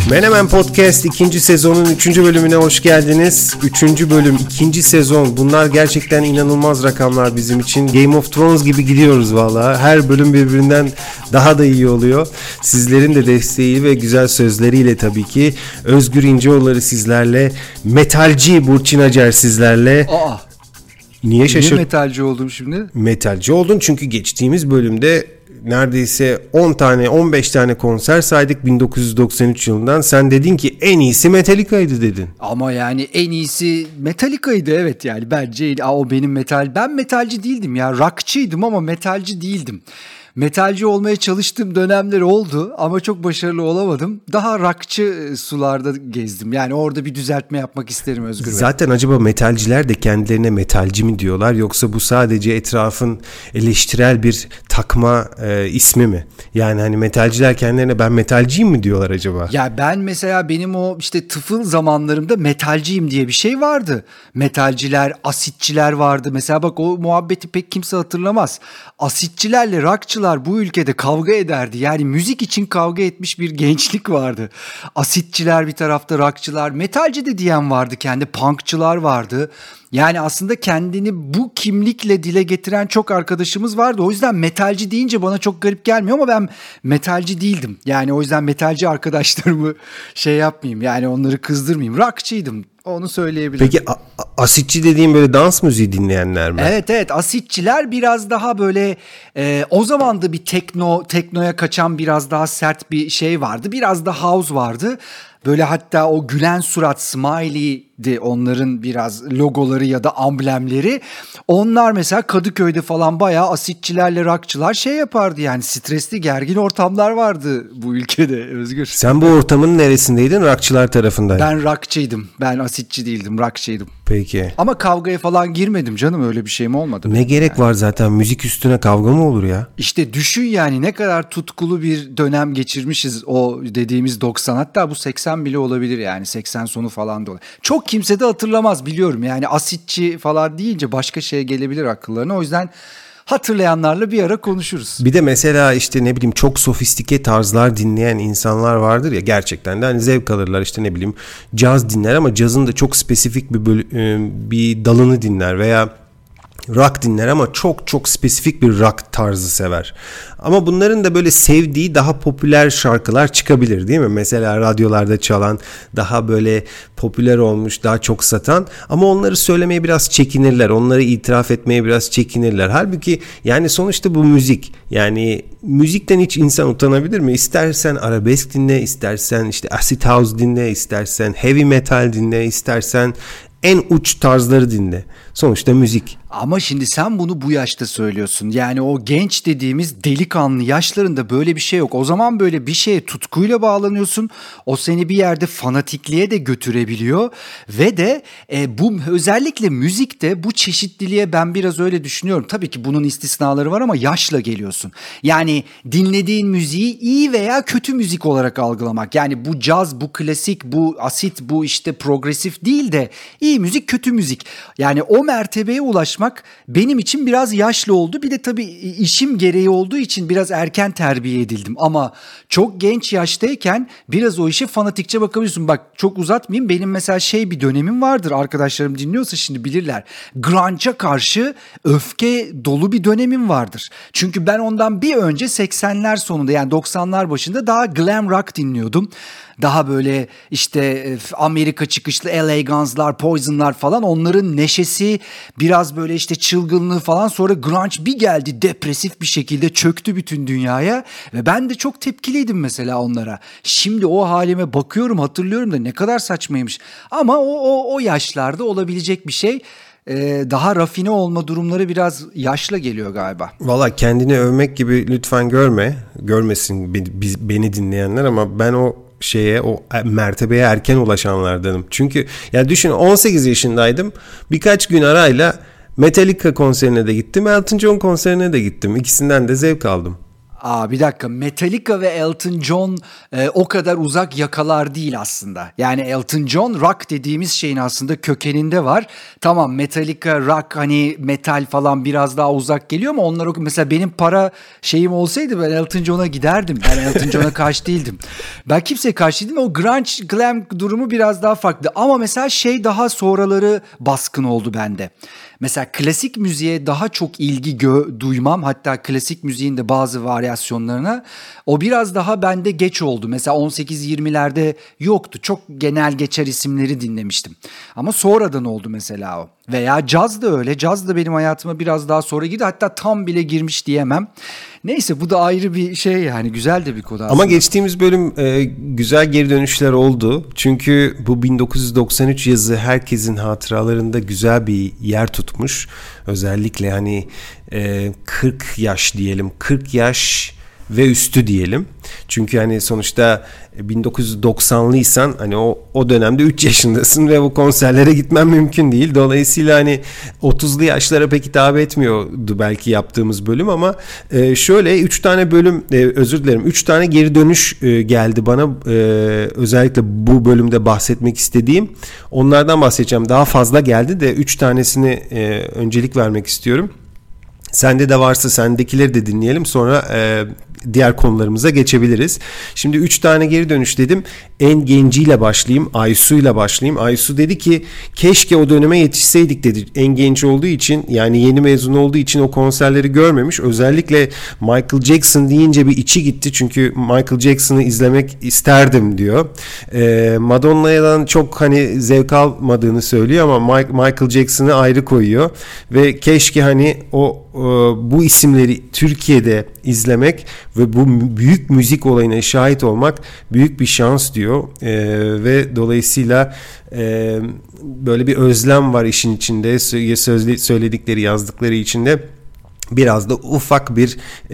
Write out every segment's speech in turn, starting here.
Menemen Podcast 2. sezonun 3. bölümüne hoş geldiniz. 3. bölüm, 2. sezon. Bunlar gerçekten inanılmaz rakamlar bizim için. Game of Thrones gibi gidiyoruz valla. Her bölüm birbirinden daha da iyi oluyor. Sizlerin de desteği ve güzel sözleriyle tabii ki. Özgür İnceoğulları sizlerle. Metalci Burçin Acar sizlerle. Niye metalci oldum şimdi? Metalci oldun çünkü geçtiğimiz bölümde neredeyse 10 tane 15 tane konser saydık 1993 yılından. Sen dedin ki en iyisi Metallica'ydı dedin. Ama yani en iyisi Metallica'ydı, evet yani bence o benim ben metalci değildim ya, rockçıydım ama metalci değildim. Metalci olmaya çalıştığım dönemler oldu ama çok başarılı olamadım. Daha rockçı sularda gezdim. Yani orada bir düzeltme yapmak isterim Özgür Bey. Zaten acaba metalciler de kendilerine metalci mi diyorlar yoksa bu sadece etrafın eleştirel bir takma ismi mi? Yani hani metalciler kendilerine ben metalciyim mi diyorlar acaba? Ya ben mesela benim o işte tıfıl zamanlarımda metalciyim diye bir şey vardı. Metalciler, asitçiler vardı. Mesela bak o muhabbeti pek kimse hatırlamaz. Asitçilerle rockçılar bu ülkede kavga ederdi. Yani müzik için kavga etmiş bir gençlik vardı. Asitçiler bir tarafta, rockçılar, metalci de diyen vardı, kendi punkçılar vardı. Yani aslında kendini bu kimlikle dile getiren çok arkadaşımız vardı. O yüzden metalci deyince bana çok garip gelmiyor ama ben metalci değildim. Yani o yüzden metalci arkadaşlarımı yapmayayım. Yani onları kızdırmayayım. Rockçıydım. Onu söyleyebilirim. Peki asitçi dediğim böyle dans müziği dinleyenler mi? Evet, asitçiler biraz daha böyle o zaman da bir teknoya kaçan biraz daha sert bir şey vardı. Biraz da house vardı. Böyle hatta o gülen surat smiley'di onların biraz logoları ya da amblemleri. Onlar mesela Kadıköy'de falan bayağı asitçilerle rockçılar yapardı yani, stresli gergin ortamlar vardı bu ülkede Özgür. Sen bu ortamın neresindeydin? Rockçılar tarafındaydın. Ben rockçıydım. Ben asitçi değildim, rockçıydım. Peki. Ama kavgaya falan girmedim canım, öyle bir şey mi olmadı? Ne gerek var zaten, müzik üstüne kavga mı olur ya? İşte düşün yani ne kadar tutkulu bir dönem geçirmişiz o dediğimiz 90, hatta bu 80 bile olabilir yani, 80 sonu falan da olur. Çok kimse de hatırlamaz biliyorum yani, asitçi falan deyince başka şeye gelebilir akıllarına, o yüzden hatırlayanlarla bir ara konuşuruz. Bir de mesela işte ne bileyim çok sofistike tarzlar dinleyen insanlar vardır ya, gerçekten de hani zevk alırlar, işte ne bileyim caz dinler ama cazın da çok spesifik bir dalını dinler veya rock dinler ama çok çok spesifik bir rock tarzı sever. Ama bunların da böyle sevdiği daha popüler şarkılar çıkabilir değil mi? Mesela radyolarda çalan, daha böyle popüler olmuş, daha çok satan ama onları söylemeye biraz çekinirler. Onları itiraf etmeye biraz çekinirler. Halbuki yani sonuçta bu müzik. Yani müzikten hiç insan utanabilir mi? İstersen arabesk dinle, istersen işte acid house dinle, istersen heavy metal dinle, istersen en uç tarzları dinle. Sonuçta müzik. Ama şimdi sen bunu bu yaşta söylüyorsun. Yani o genç dediğimiz delikanlı yaşlarında böyle bir şey yok. O zaman böyle bir şeye tutkuyla bağlanıyorsun. O seni bir yerde fanatikliğe de götürebiliyor. Ve de bu özellikle müzikte bu çeşitliliğe ben biraz öyle düşünüyorum. Tabii ki bunun istisnaları var ama yaşla geliyorsun. Yani dinlediğin müziği iyi veya kötü müzik olarak algılamak. Yani bu caz, bu klasik, bu asit, bu işte progresif değil de iyi müzik, kötü müzik. Yani o mertebeye ulaşmak benim için biraz yaşlı oldu. Bir de tabii işim gereği olduğu için biraz erken terbiye edildim. Ama çok genç yaştayken biraz o işe fanatikçe bakabiliyorsun. Bak çok uzatmayayım. Benim mesela bir dönemim vardır. Arkadaşlarım dinliyorsa şimdi bilirler. Grunge'a karşı öfke dolu bir dönemim vardır. Çünkü ben ondan bir önce 80'ler sonunda yani 90'lar başında daha glam rock dinliyordum. Daha böyle işte Amerika çıkışlı LA Guns'lar, Poison'lar falan, onların neşesi, biraz böyle işte çılgınlığı falan, sonra grunge bir geldi, depresif bir şekilde çöktü bütün dünyaya ve ben de çok tepkiliydim mesela onlara. Şimdi o halime bakıyorum, hatırlıyorum da ne kadar saçmaymış ama o yaşlarda olabilecek bir şey. Daha rafine olma durumları biraz yaşla geliyor galiba. Valla kendini övmek gibi lütfen görmesin beni dinleyenler ama ben o mertebeye erken ulaşanlardanım. Çünkü ya düşün, 18 yaşındaydım. Birkaç gün arayla Metallica konserine de gittim, Elton John konserine de gittim. İkisinden de zevk aldım. Bir dakika, Metallica ve Elton John o kadar uzak yakalar değil aslında. Yani Elton John rock dediğimiz şeyin aslında kökeninde var. Tamam, Metallica rock, hani metal falan biraz daha uzak geliyor ama onlar mesela benim para şeyim olsaydı ben Elton John'a giderdim. Ben Elton John'a karşı değildim. Ben kimseye karşı değildim. O grunge glam durumu biraz daha farklı. Ama mesela şey daha sonraları baskın oldu bende. Mesela klasik müziğe daha çok ilgi duymam, hatta klasik müziğin de bazı varyasyonlarına, o biraz daha bende geç oldu. Mesela 18-20'lerde yoktu. Çok genel geçer isimleri dinlemiştim. Ama sonradan oldu mesela o. Veya caz da öyle. Caz da benim hayatıma biraz daha sonra girdi. Hatta tam bile girmiş diyemem. Neyse, bu da ayrı bir şey yani. Güzel de bir konu aslında. Ama geçtiğimiz bölüm güzel geri dönüşler oldu. Çünkü bu 1993 yazı herkesin hatıralarında güzel bir yer tutmuş. Özellikle hani 40 yaş diyelim. 40 yaş ve üstü diyelim. Çünkü hani sonuçta 1990'lıysan hani o dönemde 3 yaşındasın ve bu konserlere gitmen mümkün değil. Dolayısıyla hani 30'lu yaşlara pek hitap etmiyordu belki yaptığımız bölüm ama şöyle 3 tane bölüm, özür dilerim, 3 tane geri dönüş geldi bana. Özellikle bu bölümde bahsetmek istediğim. Onlardan bahsedeceğim. Daha fazla geldi de 3 tanesini öncelik vermek istiyorum. Sende de varsa sendekileri de dinleyelim, sonra diğer konularımıza geçebiliriz. Şimdi 3 tane geri dönüş dedim. En genciyle başlayayım. Aysu'yla başlayayım. Aysu dedi ki keşke o döneme yetişseydik dedi. En genç olduğu için, yani yeni mezun olduğu için o konserleri görmemiş. Özellikle Michael Jackson deyince bir içi gitti. Çünkü Michael Jackson'ı izlemek isterdim diyor. Madonna'dan çok hani zevk almadığını söylüyor ama Michael Jackson'ı ayrı koyuyor. Ve keşke hani bu isimleri Türkiye'de izlemek ve bu büyük müzik olayına şahit olmak büyük bir şans diyor. Ve dolayısıyla böyle bir özlem var işin içinde, söyledikleri, yazdıkları içinde biraz da ufak bir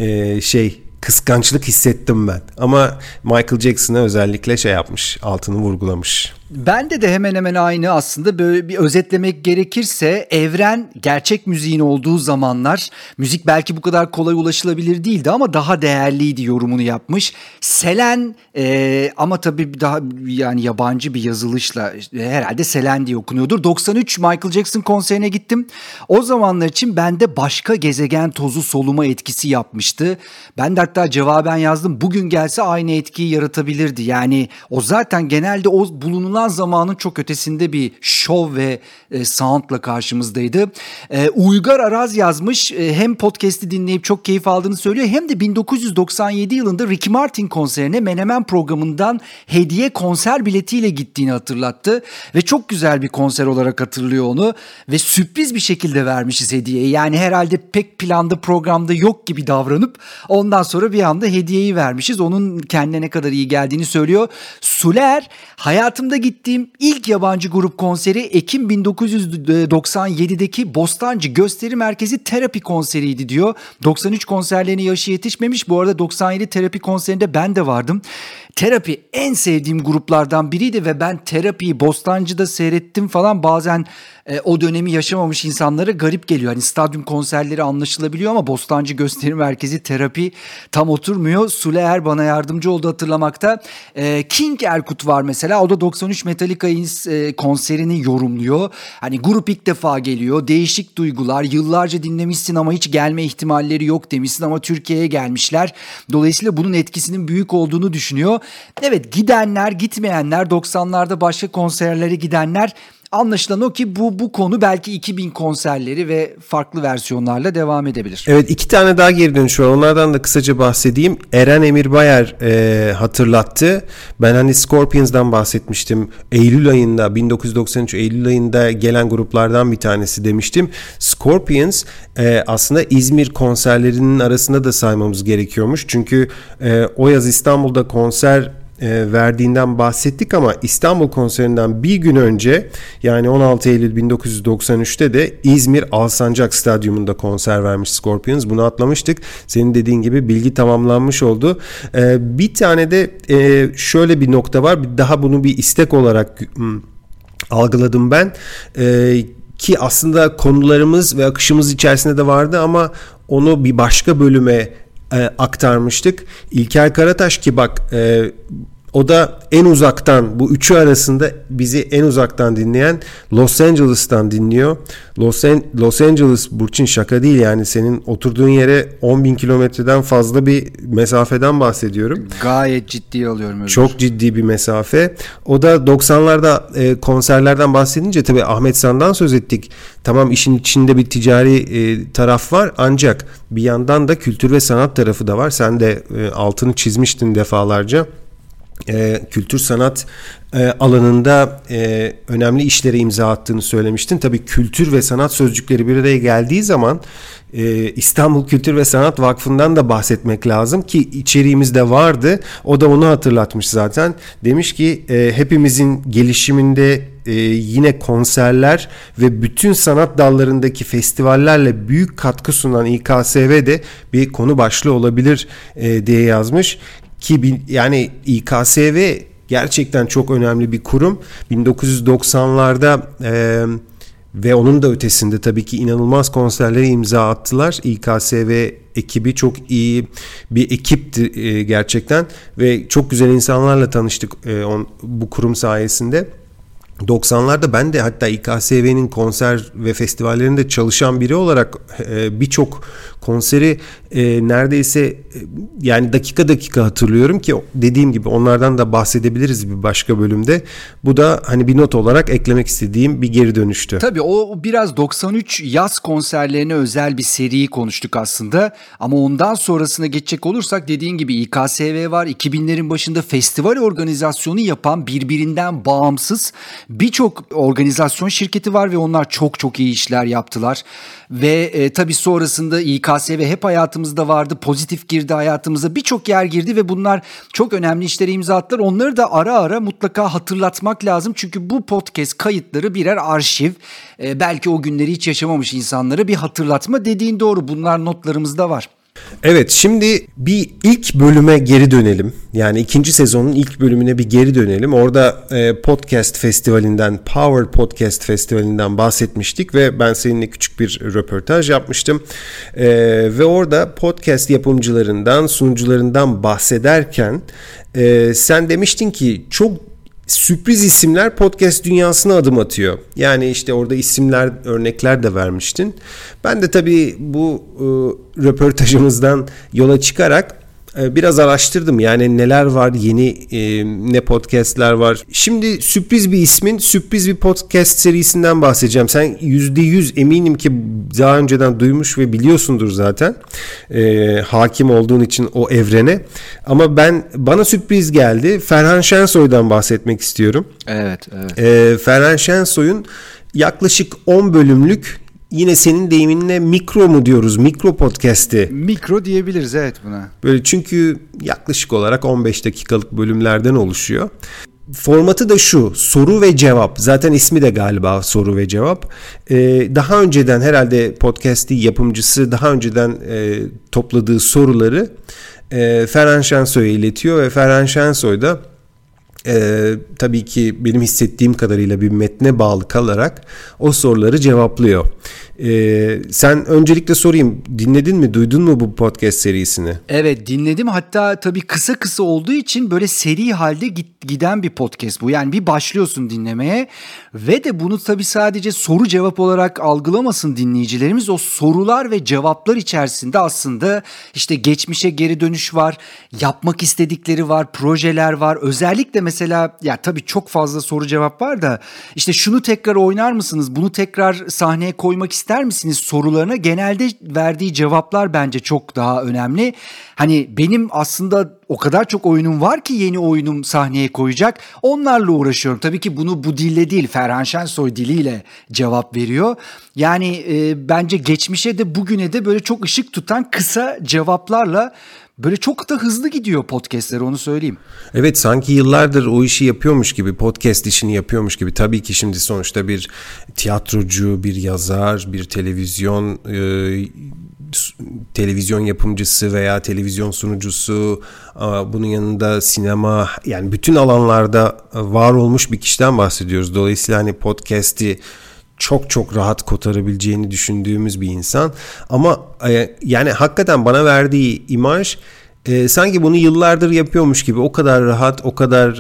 kıskançlık hissettim ben. Ama Michael Jackson'a özellikle şey yapmış, altını vurgulamış. Bende de hemen hemen aynı aslında. Böyle bir özetlemek gerekirse, evren gerçek müziğin olduğu zamanlar müzik belki bu kadar kolay ulaşılabilir değildi ama daha değerliydi yorumunu yapmış. Selen ama tabii daha yani yabancı bir yazılışla, herhalde Selen diye okunuyordur. 93 Michael Jackson konserine gittim. O zamanlar için bende başka gezegen tozu soluma etkisi yapmıştı. Ben de hatta cevaben yazdım. Bugün gelse aynı etkiyi yaratabilirdi. Yani o zaten genelde o bulunan zamanın çok ötesinde bir şov ve soundla karşımızdaydı. Uygar Araz yazmış. Hem podcast'i dinleyip çok keyif aldığını söylüyor, hem de 1997 yılında Ricky Martin konserine Menemen programından hediye konser biletiyle gittiğini hatırlattı. Ve çok güzel bir konser olarak hatırlıyor onu. Ve sürpriz bir şekilde vermişiz hediyeyi. Yani herhalde pek planda, programda yok gibi davranıp ondan sonra bir anda hediyeyi vermişiz. Onun kendine ne kadar iyi geldiğini söylüyor. Suler, hayatımda gittiğim ilk yabancı grup konseri Ekim 1997'deki Bostancı Gösteri Merkezi Terapi konseriydi diyor. 93 konserlerine yaşı yetişmemiş. Bu arada 97 Terapi konserinde ben de vardım. Terapi en sevdiğim gruplardan biriydi ve ben Terapi'yi Bostancı'da seyrettim falan. Bazen o dönemi yaşamamış insanlara garip geliyor. Hani stadyum konserleri anlaşılabiliyor ama Bostancı Gösteri Merkezi Terapi tam oturmuyor. Sule bana yardımcı oldu hatırlamakta. King Erkut var mesela. O da 93 Metallica'nın konserini yorumluyor. Hani grup ilk defa geliyor. Değişik duygular. Yıllarca dinlemişsin ama hiç gelme ihtimalleri yok demişsin ama Türkiye'ye gelmişler. Dolayısıyla bunun etkisinin büyük olduğunu düşünüyor. Evet, gidenler, gitmeyenler, 90'larda başka konserlere gidenler, anlaşılan o ki bu konu belki 2000 konserleri ve farklı versiyonlarla devam edebilir. Evet, 2 tane daha geri dönüş var. Onlardan da kısaca bahsedeyim. Eren Emirbayar hatırlattı. Ben hani Scorpions'dan bahsetmiştim. Eylül ayında, 1993 Eylül ayında gelen gruplardan bir tanesi demiştim. Scorpions aslında İzmir konserlerinin arasında da saymamız gerekiyormuş. Çünkü o yaz İstanbul'da konser verdiğinden bahsettik ama İstanbul konserinden bir gün önce, yani 16 Eylül 1993'te de İzmir Alsancak Stadyumunda konser vermiş Scorpions. Bunu atlamıştık. Senin dediğin gibi bilgi tamamlanmış oldu. Bir tane de şöyle bir nokta var. Daha bunu bir istek olarak algıladım ben. Ki aslında konularımız ve akışımız içerisinde de vardı ama onu bir başka bölüme aktarmıştık. İlker Karataş ki bak o da en uzaktan, bu üçü arasında bizi en uzaktan dinleyen Los Angeles'tan dinliyor. Los Angeles Burçin şaka değil yani, senin oturduğun yere 10.000 kilometreden fazla bir mesafeden bahsediyorum. Gayet ciddiye alıyorum. Öyle. Çok ciddi bir mesafe. O da 90'larda konserlerden bahsedince tabii Ahmet San'dan söz ettik. Tamam, işin içinde bir ticari taraf var ancak bir yandan da kültür ve sanat tarafı da var. Sen de altını çizmiştin defalarca. Kültür sanat alanında önemli işlere imza attığını söylemiştin. Tabii kültür ve sanat sözcükleri bir araya geldiği zaman İstanbul Kültür ve Sanat Vakfı'ndan da bahsetmek lazım ki içeriğimizde vardı. O da onu hatırlatmış zaten. Demiş ki hepimizin gelişiminde yine konserler ve bütün sanat dallarındaki festivallerle büyük katkı sunan İKSV de bir konu başlığı olabilir diye yazmış. Ki yani İKSV gerçekten çok önemli bir kurum. 1990'larda ve onun da ötesinde tabii ki inanılmaz konserlere imza attılar. İKSV ekibi çok iyi bir ekipti gerçekten ve çok güzel insanlarla tanıştık bu kurum sayesinde. 90'larda ben de hatta İKSV'nin konser ve festivallerinde çalışan biri olarak birçok konseri neredeyse yani dakika dakika hatırlıyorum ki dediğim gibi onlardan da bahsedebiliriz bir başka bölümde. Bu da hani bir not olarak eklemek istediğim bir geri dönüştü. Tabii o biraz 93 yaz konserlerine özel bir seriyi konuştuk aslında ama ondan sonrasına geçecek olursak dediğin gibi İKSV var. 2000'lerin başında festival organizasyonu yapan birbirinden bağımsız birçok organizasyon şirketi var ve onlar çok çok iyi işler yaptılar. Ve tabii sonrasında İKSV hep hayatımızda vardı. Pozitif girdi hayatımıza. Birçok yer girdi ve bunlar çok önemli işlere imza attılar. Onları da ara ara mutlaka hatırlatmak lazım. Çünkü bu podcast kayıtları birer arşiv. Belki o günleri hiç yaşamamış insanlara bir hatırlatma. Dediğin doğru. Bunlar notlarımızda var. Evet, şimdi bir ilk bölüme geri dönelim. Yani ikinci sezonun ilk bölümüne bir geri dönelim. Orada podcast festivalinden, Power Podcast Festivalinden bahsetmiştik ve ben seninle küçük bir röportaj yapmıştım. Ve orada podcast yapımcılarından, sunucularından bahsederken sen demiştin ki çok sürpriz isimler podcast dünyasına adım atıyor. Yani işte orada isimler, örnekler de vermiştin. Ben de tabii bu röportajımızdan yola çıkarak biraz araştırdım. Yani neler var, yeni ne podcastler var. Şimdi sürpriz bir ismin, sürpriz bir podcast serisinden bahsedeceğim. Sen %100 eminim ki daha önceden duymuş ve biliyorsundur zaten. Hakim olduğun için o evrene. Ama bana sürpriz geldi. Ferhan Şensoy'dan bahsetmek istiyorum. Evet. Ferhan Şensoy'un yaklaşık 10 bölümlük, yine senin deyiminle mikro mu diyoruz? Mikro podcast'i. Mikro diyebiliriz evet buna. Böyle çünkü yaklaşık olarak 15 dakikalık bölümlerden oluşuyor. Formatı da şu: soru ve cevap. Zaten ismi de galiba soru ve cevap. Daha önceden herhalde podcast'i yapımcısı daha önceden topladığı soruları Ferhan Şensoy'a iletiyor ve Ferhan Şensoy da tabii ki benim hissettiğim kadarıyla bir metne bağlı kalarak o soruları cevaplıyor. Sen öncelikle sorayım, dinledin mi, duydun mu bu podcast serisini? Evet, dinledim. Hatta tabii kısa olduğu için böyle seri halde giden bir podcast bu. Yani bir başlıyorsun dinlemeye ve de bunu tabii sadece soru cevap olarak algılamasın dinleyicilerimiz. O sorular ve cevaplar içerisinde aslında işte geçmişe geri dönüş var, yapmak istedikleri var, projeler var. Özellikle mesela ya tabii çok fazla soru cevap var da işte şunu tekrar oynar mısınız, bunu tekrar sahneye koymak ister misiniz sorularına genelde verdiği cevaplar bence çok daha önemli. Hani benim aslında o kadar çok oyunum var ki yeni oyunum sahneye koyacak. Onlarla uğraşıyorum. Tabii ki bunu bu dille değil, Ferhan Şensoy diliyle cevap veriyor. Yani bence geçmişe de bugüne de böyle çok ışık tutan kısa cevaplarla böyle çok da hızlı gidiyor podcastler, onu söyleyeyim. Evet, sanki yıllardır o işi yapıyormuş gibi, podcast işini yapıyormuş gibi. Tabii ki şimdi sonuçta bir tiyatrocu, bir yazar, bir televizyon yapımcısı veya televizyon sunucusu, bunun yanında sinema, yani bütün alanlarda var olmuş bir kişiden bahsediyoruz. Dolayısıyla hani podcast'i çok çok rahat kotarabileceğini düşündüğümüz bir insan. Ama yani hakikaten bana verdiği imaj sanki bunu yıllardır yapıyormuş gibi, o kadar rahat, o kadar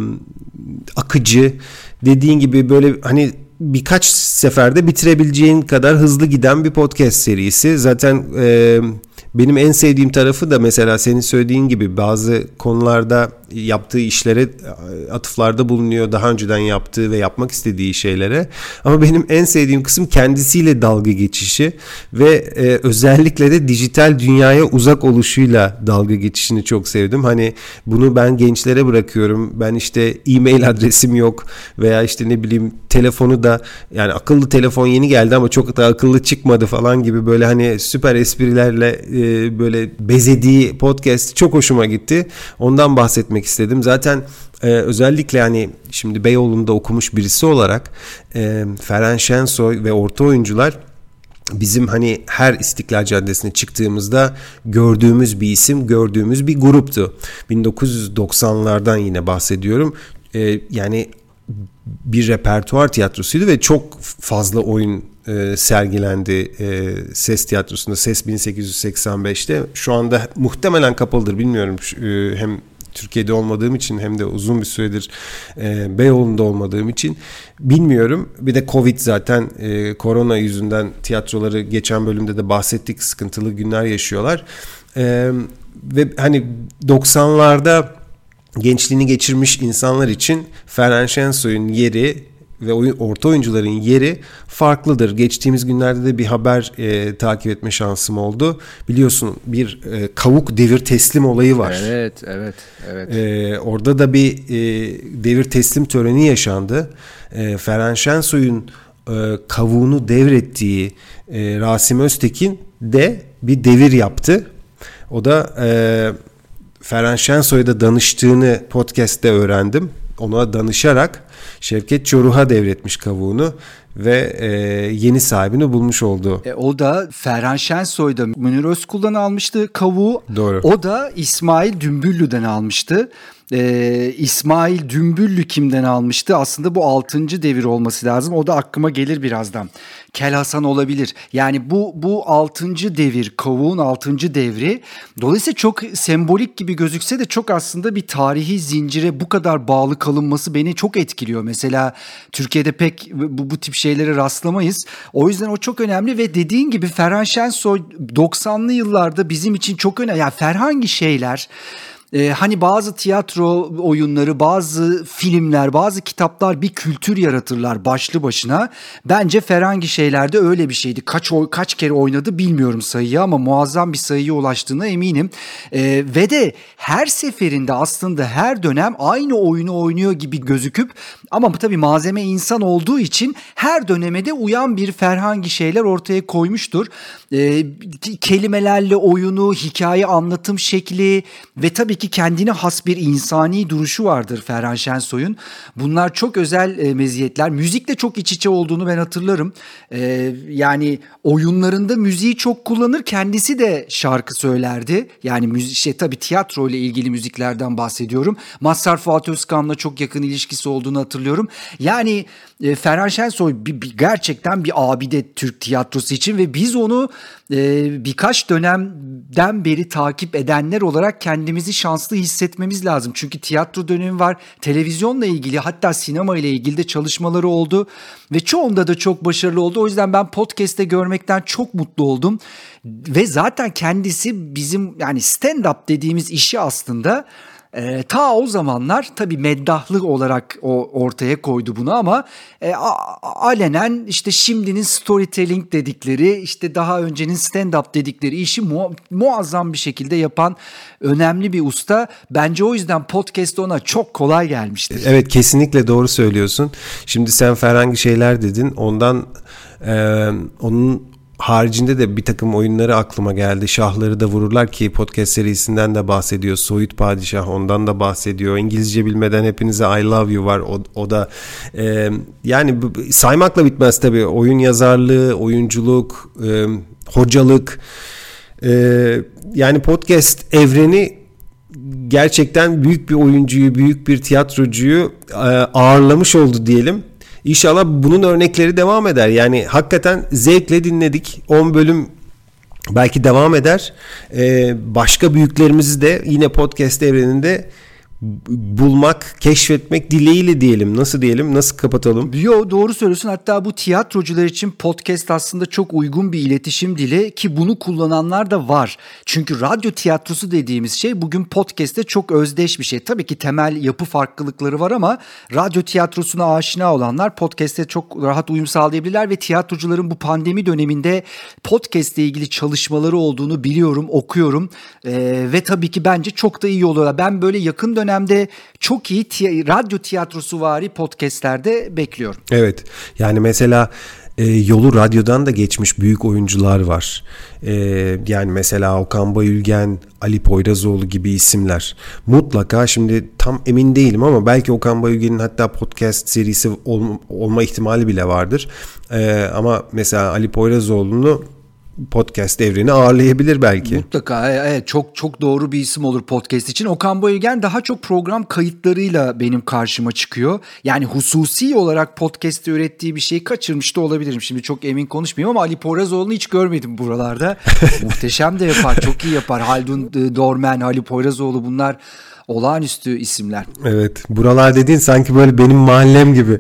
akıcı, dediğin gibi böyle hani birkaç seferde bitirebileceğin kadar hızlı giden bir podcast serisi. Zaten benim en sevdiğim tarafı da mesela senin söylediğin gibi bazı konularda yaptığı işlere atıflarda bulunuyor, daha önceden yaptığı ve yapmak istediği şeylere. Ama benim en sevdiğim kısım kendisiyle dalga geçişi ve özellikle de dijital dünyaya uzak oluşuyla dalga geçişini çok sevdim. Hani bunu ben gençlere bırakıyorum. Ben işte e-mail adresim yok veya işte ne bileyim telefonu da, yani akıllı telefon yeni geldi ama çok da akıllı çıkmadı falan gibi böyle hani süper esprilerle böyle bezediği podcast çok hoşuma gitti. Ondan bahsetmek istedim. Zaten özellikle hani şimdi Beyoğlu'nda okumuş birisi olarak Ferhan Şensoy ve orta oyuncular bizim hani her İstiklal Caddesi'ne çıktığımızda gördüğümüz bir isim, gördüğümüz bir gruptu. 1990'lardan yine bahsediyorum. Yani bir repertuar tiyatrosuydu ve çok fazla oyun sergilendi Ses Tiyatrosu'nda. Ses 1885'te. Şu anda muhtemelen kapalıdır, bilmiyorum. Hem Türkiye'de olmadığım için hem de uzun bir süredir Beyoğlu'nda olmadığım için bilmiyorum. Bir de Covid zaten, korona yüzünden tiyatroları geçen bölümde de bahsettik, sıkıntılı günler yaşıyorlar. Ve hani 90'larda gençliğini geçirmiş insanlar için Ferhan Şensoy'un yeri ve orta oyuncuların yeri farklıdır. Geçtiğimiz günlerde de bir haber takip etme şansım oldu. Biliyorsun bir kavuk devir teslim olayı var. Evet. Orada da bir devir teslim töreni yaşandı. Ferhan Şensoy'un kavuğunu devrettiği Rasim Öztekin de bir devir yaptı. O da Ferhan Şensoy'da danıştığını podcast'te öğrendim. Ona danışarak Şevket Çoruh'a devretmiş kavuğunu ve yeni sahibini bulmuş oldu. O da Ferhan Şensoy'da Münir Özkul'dan almıştı kavuğu. Doğru. O da İsmail Dümbüllü'den almıştı. İsmail Dümbüllü kimden almıştı? Aslında bu 6. devir olması lazım. O da aklıma gelir birazdan. Kel Hasan olabilir. Yani bu 6. devir, kavuğun 6. devri. Dolayısıyla çok sembolik gibi gözükse de çok aslında bir tarihi zincire bu kadar bağlı kalınması beni çok etkiliyor. Mesela Türkiye'de pek bu tip şeylere rastlamayız. O yüzden o çok önemli ve dediğin gibi Ferhan Şensoy 90'lı yıllarda bizim için çok önemli. Yani Ferhangi şeyler... Hani bazı tiyatro oyunları, bazı filmler, bazı kitaplar bir kültür yaratırlar başlı başına. Bence Ferhangi şeylerde öyle bir şeydi. Kaç kere oynadı bilmiyorum sayıyı ama muazzam bir sayıya ulaştığına eminim. Ve de her seferinde aslında her dönem aynı oyunu oynuyor gibi gözüküp ama tabii malzeme insan olduğu için her döneme de uyan bir Ferhangi şeyler ortaya koymuştur. Kelimelerle oyunu, hikaye anlatım şekli ve tabii ki kendine has bir insani duruşu vardır Ferhan Şensoy'un. Bunlar çok özel meziyetler. Müzikle çok iç içe olduğunu ben hatırlarım. Yani oyunlarında müziği çok kullanır. Kendisi de şarkı söylerdi. Yani tabii tiyatro ile ilgili müziklerden bahsediyorum. Mazhar Fuat Özkan'la çok yakın ilişkisi olduğunu hatırlıyorum. Yani Ferhan Şensoy gerçekten bir abide Türk tiyatrosu için ve biz onu birkaç dönemden beri takip edenler olarak kendimizi şanslı hissetmemiz lazım. Çünkü tiyatro dönemi var, televizyonla ilgili hatta sinema ile ilgili de çalışmaları oldu ve çoğunda da çok başarılı oldu. O yüzden ben podcast'te görmekten çok mutlu oldum ve zaten kendisi bizim yani stand-up dediğimiz işi aslında ta o zamanlar tabii meddahlık olarak o ortaya koydu bunu ama alenen işte şimdinin storytelling dedikleri işte daha öncenin stand-up dedikleri işi muazzam bir şekilde yapan önemli bir usta. Bence o yüzden podcast ona çok kolay gelmiştir. Evet, kesinlikle doğru söylüyorsun. Şimdi sen Ferhangi şeyler dedin. Ondan onun haricinde de bir takım oyunları aklıma geldi. Şahları da vururlar ki podcast serisinden de bahsediyor. Soyut Padişah ondan da bahsediyor. İngilizce bilmeden hepinize I love you var. O da yani saymakla bitmez tabii. Oyun yazarlığı, oyunculuk, hocalık. Yani podcast evreni gerçekten büyük bir oyuncuyu, büyük bir tiyatrocuyu ağırlamış oldu diyelim. İnşallah bunun örnekleri devam eder. Yani hakikaten zevkle dinledik. 10 bölüm belki devam eder. Başka büyüklerimizi de yine podcast evreninde bulmak, keşfetmek dileğiyle diyelim. Nasıl diyelim? Nasıl kapatalım? Yo, doğru söylüyorsun. Hatta bu tiyatrocular için podcast aslında çok uygun bir iletişim dili ki bunu kullananlar da var. Çünkü radyo tiyatrosu dediğimiz şey bugün podcast'te çok özdeş bir şey. Tabii ki temel yapı farklılıkları var ama radyo tiyatrosuna aşina olanlar podcast'te çok rahat uyum sağlayabilirler ve tiyatrocuların bu pandemi döneminde podcast'le ilgili çalışmaları olduğunu biliyorum, okuyorum. Ve tabii ki bence çok da iyi oluyorlar. Ben böyle yakın dönemde çok iyi radyo tiyatrosu vari podcastlerde bekliyorum. Evet, yani mesela yolu radyodan da geçmiş büyük oyuncular var. Yani mesela Okan Bayülgen, Ali Poyrazoğlu gibi isimler. Mutlaka, şimdi tam emin değilim ama belki Okan Bayülgen'in hatta podcast serisi olma ihtimali bile vardır. Ama mesela Ali Poyrazoğlu'nu podcast evreni ağırlayabilir belki. Mutlaka, evet, çok çok doğru bir isim olur podcast için. Okan Bayülgen daha çok program kayıtlarıyla benim karşıma çıkıyor. Yani hususi olarak podcast'te ürettiği bir şeyi kaçırmış da olabilirim. Şimdi çok emin konuşmayayım ama Ali Poyrazoğlu'nu hiç görmedim buralarda. Muhteşem de yapar, çok iyi yapar. Haldun Dorman, Ali Poyrazoğlu, bunlar olağanüstü isimler. Evet, buralar dediğin sanki böyle benim mahallem gibi.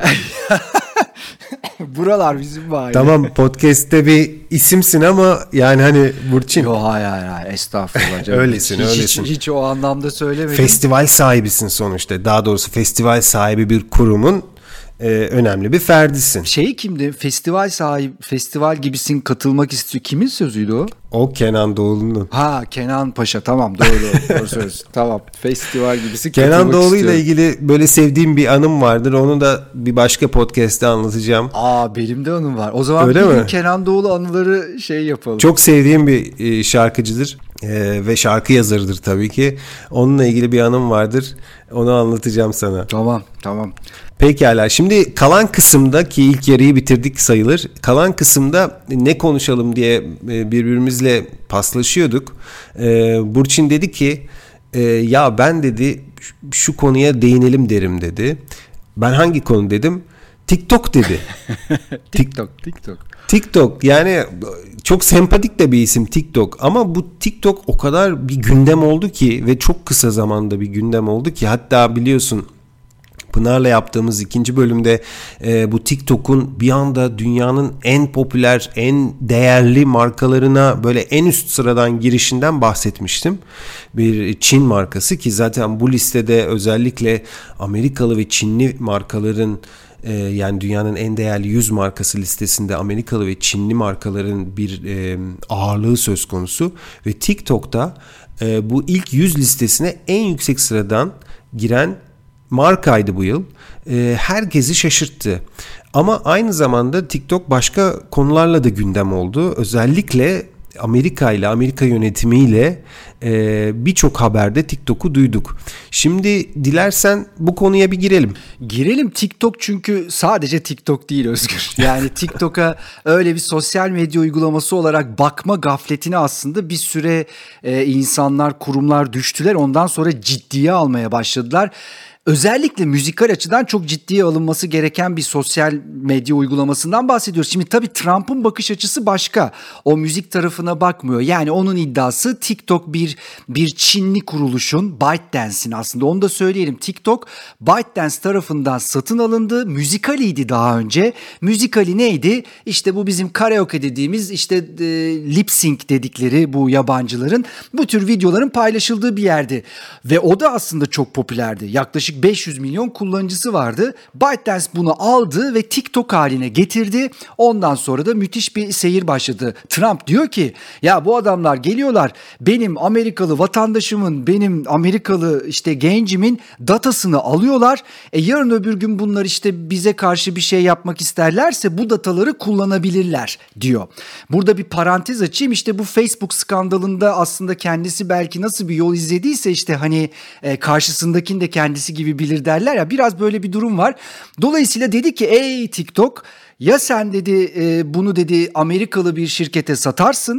Buralar bizim mahalle. Tamam, podcast'te bir isimsin ama yani hani Burçin. Yo, hayır estağfurullah canım. öylesin. Hiç o anlamda söylemedim. Festival sahibisin sonuçta. Daha doğrusu festival sahibi bir kurumun önemli bir ferdisin. Kimdi? Festival gibisin, katılmak istiyor. Kimin sözüydü o? O Kenan Doğulu'nun. Ha, Kenan Paşa, tamam, doğru söz. Tamam, festival gibisi katılmak Kenan Doğulu istiyorum. ile ilgili böyle sevdiğim bir anım vardır. Onu da bir başka podcast'te anlatacağım. Benim de anım var. O zaman öyle bir gün mi? Kenan Doğulu anıları yapalım. Çok sevdiğim bir şarkıcıdır ve şarkı yazarıdır tabii ki. Onunla ilgili bir anım vardır. Onu anlatacağım sana. Tamam. Pekala. Şimdi kalan kısımda, ki ilk yarıyı bitirdik sayılır. Kalan kısımda ne konuşalım diye birbirimizle paslaşıyorduk. Burçin dedi ki ya ben dedi şu konuya değinelim derim dedi. Ben hangi konu dedim? TikTok dedi. TikTok, yani çok sempatik de bir isim TikTok, ama bu TikTok o kadar bir gündem oldu ki ve çok kısa zamanda bir gündem oldu ki, hatta biliyorsun Pınar'la yaptığımız 2. bölümde bu TikTok'un bir anda dünyanın en popüler, en değerli markalarına böyle en üst sıradan girişinden bahsetmiştim. Bir Çin markası, ki zaten bu listede özellikle Amerikalı ve Çinli markaların, yani dünyanın en değerli 100 markası listesinde Amerikalı ve Çinli markaların bir ağırlığı söz konusu ve TikTok'ta bu ilk 100 listesine en yüksek sıradan giren markaydı bu yıl. Herkesi şaşırttı. Ama aynı zamanda TikTok başka konularla da gündem oldu. Özellikle Amerika yönetimiyle birçok haberde TikTok'u duyduk. Şimdi dilersen bu konuya bir girelim. Girelim. TikTok çünkü sadece TikTok değil Özgür. Yani TikTok'a öyle bir sosyal medya uygulaması olarak bakma gafletine aslında bir süre insanlar, kurumlar düştüler. Ondan sonra ciddiye almaya başladılar. Özellikle müzikal açıdan çok ciddiye alınması gereken bir sosyal medya uygulamasından bahsediyoruz. Şimdi tabii Trump'ın bakış açısı başka. O müzik tarafına bakmıyor. Yani onun iddiası TikTok bir Çinli kuruluşun, ByteDance'in aslında, onu da söyleyelim. TikTok ByteDance tarafından satın alındı. Müzikaliydi daha önce. Müzikali neydi? İşte bu bizim karaoke dediğimiz, işte lip sync dedikleri bu yabancıların bu tür videoların paylaşıldığı bir yerdi. Ve o da aslında çok popülerdi. Yaklaşık 500 milyon kullanıcısı vardı. ByteDance bunu aldı ve TikTok haline getirdi. Ondan sonra da müthiş bir seyir başladı. Trump diyor ki ya bu adamlar geliyorlar, benim Amerikalı vatandaşımın, benim Amerikalı işte gencimin datasını alıyorlar. Yarın öbür gün bunlar işte bize karşı bir şey yapmak isterlerse bu dataları kullanabilirler diyor. Burada bir parantez açayım. İşte bu Facebook skandalında aslında kendisi belki nasıl bir yol izlediyse, işte hani karşısındakini de kendisi gibi bilir derler ya, biraz böyle bir durum var. Dolayısıyla dedi ki ey TikTok, ya sen dedi bunu dedi Amerikalı bir şirkete satarsın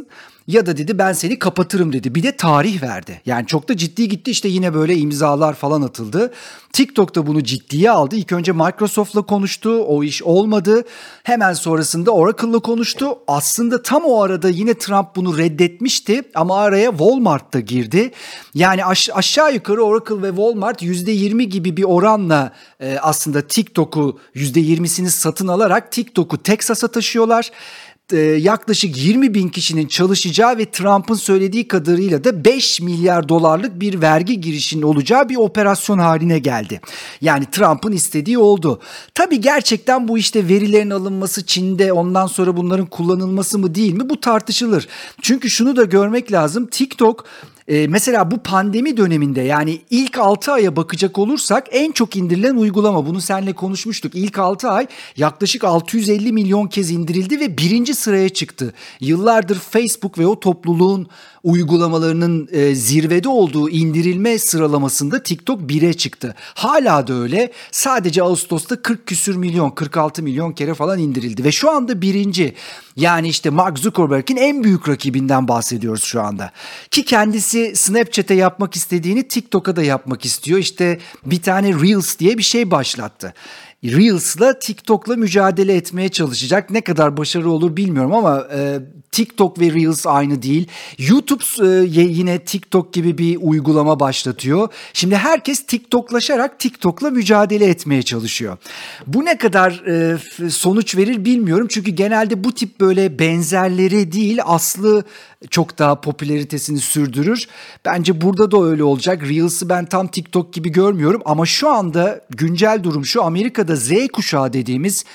ya da dedi ben seni kapatırım dedi. Bir de tarih verdi. Yani çok da ciddi gitti, işte yine böyle imzalar falan atıldı. TikTok da bunu ciddiye aldı. İlk önce Microsoft'la konuştu. O iş olmadı. Hemen sonrasında Oracle'la konuştu. Aslında tam o arada yine Trump bunu reddetmişti ama araya Walmart da girdi. Yani aşağı yukarı Oracle ve Walmart %20 gibi bir oranla aslında TikTok'u %20'sini satın alarak TikTok'u Texas'a taşıyorlar. Yaklaşık 20 bin kişinin çalışacağı ve Trump'ın söylediği kadarıyla da 5 milyar dolarlık bir vergi girişinin olacağı bir operasyon haline geldi. Yani Trump'ın istediği oldu. Tabii gerçekten bu işte verilerin alınması Çin'de, ondan sonra bunların kullanılması mı değil mi, bu tartışılır. Çünkü şunu da görmek lazım, TikTok mesela bu pandemi döneminde, yani ilk 6 aya bakacak olursak en çok indirilen uygulama. Bunu seninle konuşmuştuk. İlk 6 ay yaklaşık 650 milyon kez indirildi ve birinci sıraya çıktı. Yıllardır Facebook ve o topluluğun uygulamalarının zirvede olduğu indirilme sıralamasında TikTok 1'e çıktı. Hala da öyle. Sadece Ağustos'ta 40 küsür milyon, 46 milyon kere falan indirildi ve şu anda birinci. Yani işte Mark Zuckerberg'in en büyük rakibinden bahsediyoruz şu anda. Ki kendisi Snapchat'e yapmak istediğini TikTok'a da yapmak istiyor. İşte bir tane Reels diye bir şey başlattı. Reels'la TikTok'la mücadele etmeye çalışacak. Ne kadar başarılı olur bilmiyorum ama TikTok ve Reels aynı değil. YouTube yine TikTok gibi bir uygulama başlatıyor. Şimdi herkes TikTok'laşarak TikTok'la mücadele etmeye çalışıyor. Bu ne kadar sonuç verir bilmiyorum. Çünkü genelde bu tip böyle benzerleri değil, aslı çok daha popülaritesini sürdürür. Bence burada da öyle olacak. Reels'ı ben tam TikTok gibi görmüyorum ama şu anda güncel durum şu: Amerika'da Z kuşağı dediğimiz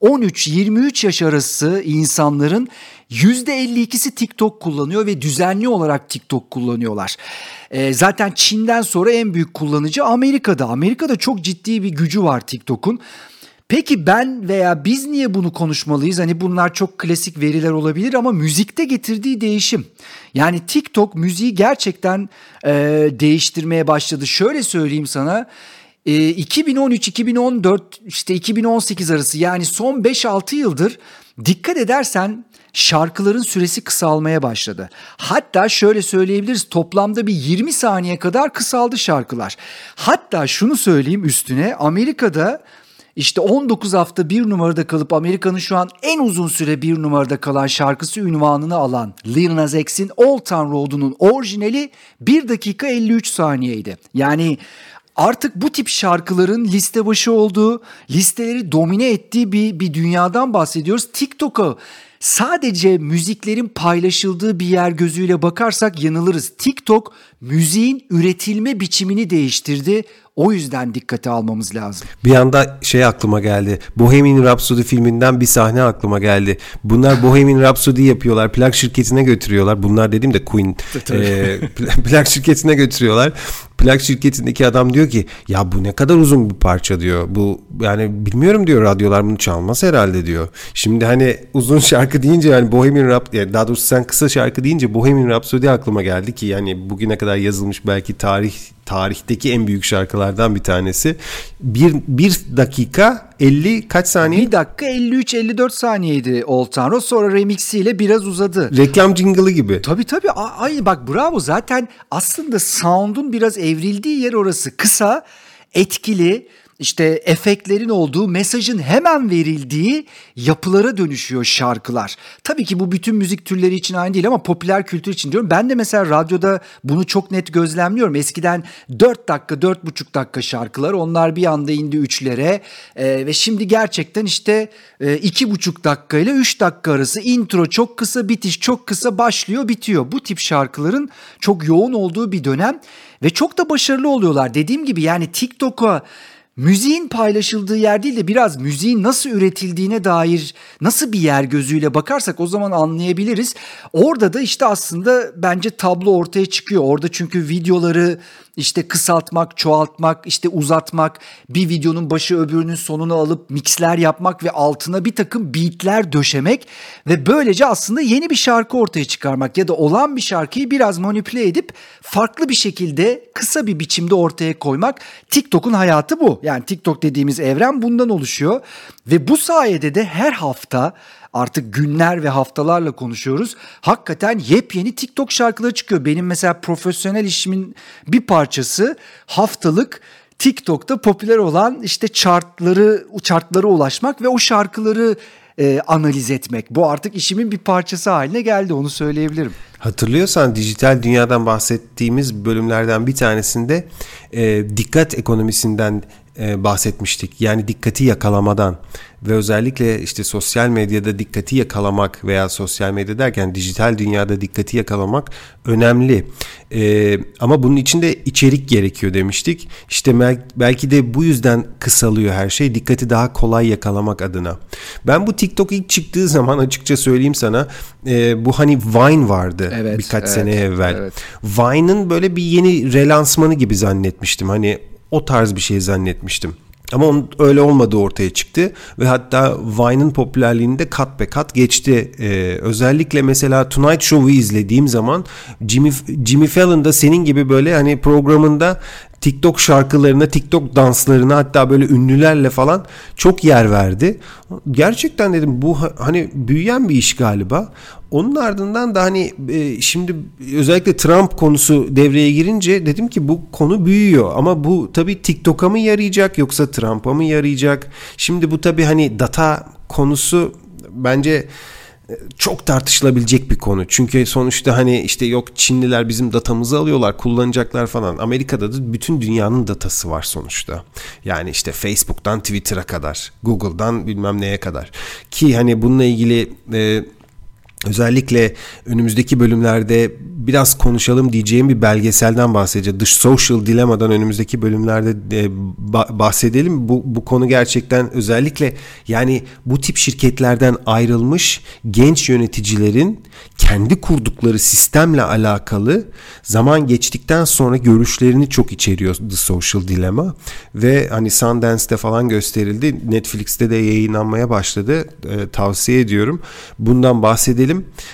13-23 yaş arası insanların %52'si TikTok kullanıyor ve düzenli olarak TikTok kullanıyorlar. Zaten Çin'den sonra en büyük kullanıcı Amerika'da. Amerika'da çok ciddi bir gücü var TikTok'un. Peki ben veya biz niye bunu konuşmalıyız? Hani bunlar çok klasik veriler olabilir ama müzikte getirdiği değişim. Yani TikTok müziği gerçekten değiştirmeye başladı. Şöyle söyleyeyim sana. 2013-2014 işte 2018 arası, yani son 5-6 yıldır dikkat edersen şarkıların süresi kısalmaya başladı. Hatta şöyle söyleyebiliriz, toplamda bir 20 saniye kadar kısaldı şarkılar. Hatta şunu söyleyeyim üstüne, Amerika'da İşte 19 hafta bir numarada kalıp Amerika'nın şu an en uzun süre bir numarada kalan şarkısı ünvanını alan Lil Nas X'in Old Town Road'unun orijinali 1 dakika 53 saniyeydi. Yani artık bu tip şarkıların liste başı olduğu, listeleri domine ettiği bir dünyadan bahsediyoruz. TikTok'a sadece müziklerin paylaşıldığı bir yer gözüyle bakarsak yanılırız. TikTok müziğin üretilme biçimini değiştirdi. O yüzden dikkate almamız lazım. Bir anda aklıma geldi. Bohemian Rhapsody filminden bir sahne aklıma geldi. Bunlar Bohemian Rhapsody yapıyorlar. Plak şirketine götürüyorlar. Bunlar dediğim de Queen. Plak şirketine götürüyorlar. Plak şirketindeki adam diyor ki ya bu ne kadar uzun bir parça diyor. Bu yani bilmiyorum diyor, radyolar bunu çalmaz herhalde diyor. Şimdi hani uzun şarkı deyince, yani Bohemian Rhapsody, daha doğrusu sen kısa şarkı deyince Bohemian Rhapsody aklıma geldi ki yani bugüne kadar yazılmış belki tarihteki en büyük şarkılardan bir tanesi. Bir dakika 50 kaç saniye? 1 dakika 53-54 saniyeydi Old Town Road. Sonra remixiyle biraz uzadı. Reklam jingle'ı gibi. Tabii. Ay bak bravo. Zaten aslında sound'un biraz evrildiği yer orası. Kısa, etkili, işte efektlerin olduğu, mesajın hemen verildiği yapılara dönüşüyor şarkılar. Tabii ki bu bütün müzik türleri için aynı değil ama popüler kültür için diyorum. Ben de mesela radyoda bunu çok net gözlemliyorum. Eskiden 4 dakika, 4,5 dakika şarkılar, onlar bir anda indi 3'lere ve şimdi gerçekten işte 2,5 dakika ile 3 dakika arası intro çok kısa, bitiş çok kısa, başlıyor bitiyor. Bu tip şarkıların çok yoğun olduğu bir dönem ve çok da başarılı oluyorlar. Dediğim gibi yani TikTok'a müziğin paylaşıldığı yer değil de biraz müziğin nasıl üretildiğine dair nasıl bir yer gözüyle bakarsak o zaman anlayabiliriz. Orada da işte aslında bence tablo ortaya çıkıyor. Orada çünkü videoları işte kısaltmak, çoğaltmak, işte uzatmak, bir videonun başı öbürünün sonunu alıp mixler yapmak ve altına bir takım beatler döşemek ve böylece aslında yeni bir şarkı ortaya çıkarmak ya da olan bir şarkıyı biraz manipüle edip farklı bir şekilde kısa bir biçimde ortaya koymak. TikTok'un hayatı bu. Yani TikTok dediğimiz evren bundan oluşuyor ve bu sayede de her hafta artık günler ve haftalarla konuşuyoruz. Hakikaten yepyeni TikTok şarkıları çıkıyor. Benim mesela profesyonel işimin bir parçası haftalık TikTok'ta popüler olan işte chartlara ulaşmak ve o şarkıları analiz etmek. Bu artık işimin bir parçası haline geldi, onu söyleyebilirim. Hatırlıyorsan dijital dünyadan bahsettiğimiz bölümlerden bir tanesinde dikkat ekonomisinden bahsetmiştik. Yani dikkati yakalamadan ve özellikle işte sosyal medyada dikkati yakalamak veya sosyal medya derken dijital dünyada dikkati yakalamak önemli. Ama bunun için de içerik gerekiyor demiştik. İşte belki de bu yüzden kısalıyor her şey, dikkati daha kolay yakalamak adına. Ben bu TikTok ilk çıktığı zaman açıkça söyleyeyim sana, bu hani Vine vardı birkaç sene evvel. Evet. Vine'ın böyle bir yeni relansmanı gibi zannetmiştim. Hani o tarz bir şey zannetmiştim. Ama onun öyle olmadığı ortaya çıktı ve hatta Vine'ın popülerliğini de kat be kat geçti. Özellikle mesela Tonight Show'u izlediğim zaman Jimmy Fallon da senin gibi böyle hani programında TikTok şarkılarına, TikTok danslarına, hatta böyle ünlülerle falan çok yer verdi. Gerçekten dedim bu hani büyüyen bir iş galiba. Onun ardından da hani şimdi özellikle Trump konusu devreye girince dedim ki bu konu büyüyor. Ama bu tabii TikTok'a mı yarayacak yoksa Trump'a mı yarayacak? Şimdi bu tabii hani data konusu bence çok tartışılabilecek bir konu. Çünkü sonuçta hani işte yok Çinliler bizim datamızı alıyorlar, kullanacaklar falan. Amerika'da da bütün dünyanın datası var sonuçta. Yani işte Facebook'tan Twitter'a kadar, Google'dan bilmem neye kadar. Ki hani bununla ilgili özellikle önümüzdeki bölümlerde biraz konuşalım diyeceğim bir belgeselden bahsedeceğim. The Social Dilemma'dan önümüzdeki bölümlerde bahsedelim. Bu konu gerçekten özellikle yani bu tip şirketlerden ayrılmış genç yöneticilerin kendi kurdukları sistemle alakalı zaman geçtikten sonra görüşlerini çok içeriyor The Social Dilemma ve hani Sundance'te falan gösterildi. Netflix'te de yayınlanmaya başladı. Tavsiye ediyorum. Bundan bahsedelim.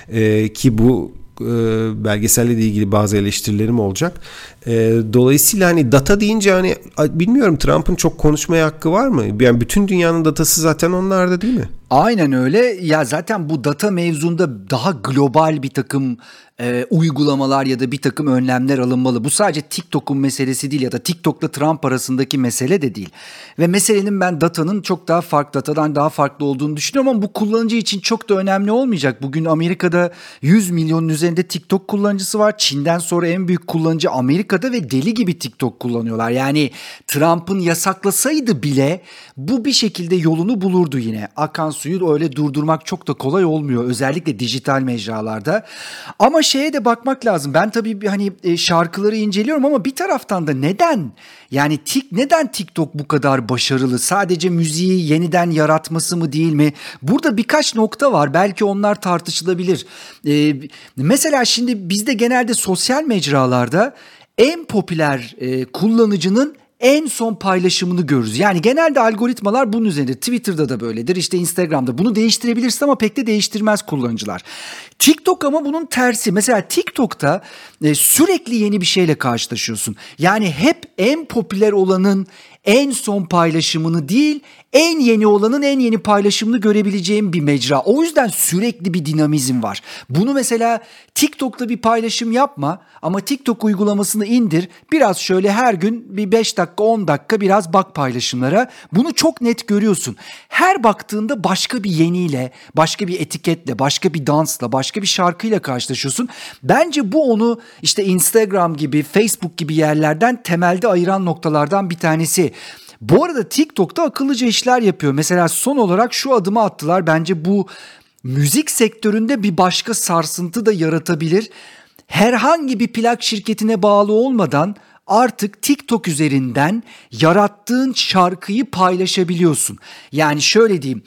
Ki bu belgeselle de ilgili bazı eleştirilerim olacak. Dolayısıyla hani data deyince hani bilmiyorum, Trump'ın çok konuşmaya hakkı var mı? Yani bütün dünyanın datası zaten onlarda değil mi? Aynen öyle. Ya zaten bu data mevzunda daha global bir takım uygulamalar ya da bir takım önlemler alınmalı. Bu sadece TikTok'un meselesi değil ya da TikTok'la Trump arasındaki mesele de değil. Ve meselenin ben datanın çok daha datadan daha farklı olduğunu düşünüyorum ama bu kullanıcı için çok da önemli olmayacak. Bugün Amerika'da 100 milyonun üzerinde TikTok kullanıcısı var. Çin'den sonra en büyük kullanıcı Amerika'da ve deli gibi TikTok kullanıyorlar. Yani Trump'ın yasaklasaydı bile bu bir şekilde yolunu bulurdu yine. Akan suyu öyle durdurmak çok da kolay olmuyor. Özellikle dijital mecralarda. Ama şeye de bakmak lazım. Ben tabii hani şarkıları inceliyorum ama bir taraftan da neden? Yani neden TikTok bu kadar başarılı? Sadece müziği yeniden yaratması mı değil mi? Burada birkaç nokta var. Belki onlar tartışılabilir. Mesela şimdi bizde genelde sosyal mecralarda en popüler kullanıcının en son paylaşımını görürüz. Yani genelde algoritmalar bunun üzerinde. Twitter'da da böyledir. İşte Instagram'da. Bunu değiştirebilirsin ama pek de değiştirmez kullanıcılar. TikTok ama bunun tersi. Mesela TikTok'ta sürekli yeni bir şeyle karşılaşıyorsun. Yani hep en popüler olanın en son paylaşımını değil, en yeni olanın en yeni paylaşımını görebileceğim bir mecra. O yüzden sürekli bir dinamizm var. Bunu mesela TikTok'ta bir paylaşım yapma ama TikTok uygulamasını indir. Biraz şöyle her gün bir 5 dakika 10 dakika biraz bak paylaşımlara. Bunu çok net görüyorsun. Her baktığında başka bir yeniyle, başka bir etiketle, başka bir dansla, başka bir şarkıyla karşılaşıyorsun. Bence bu onu işte Instagram gibi, Facebook gibi yerlerden temelde ayıran noktalardan bir tanesi. Bu arada TikTok'ta akıllıca işler yapıyor. Mesela son olarak şu adımı attılar. Bence bu müzik sektöründe bir başka sarsıntı da yaratabilir. Herhangi bir plak şirketine bağlı olmadan artık TikTok üzerinden yarattığın şarkıyı paylaşabiliyorsun. Yani şöyle diyeyim,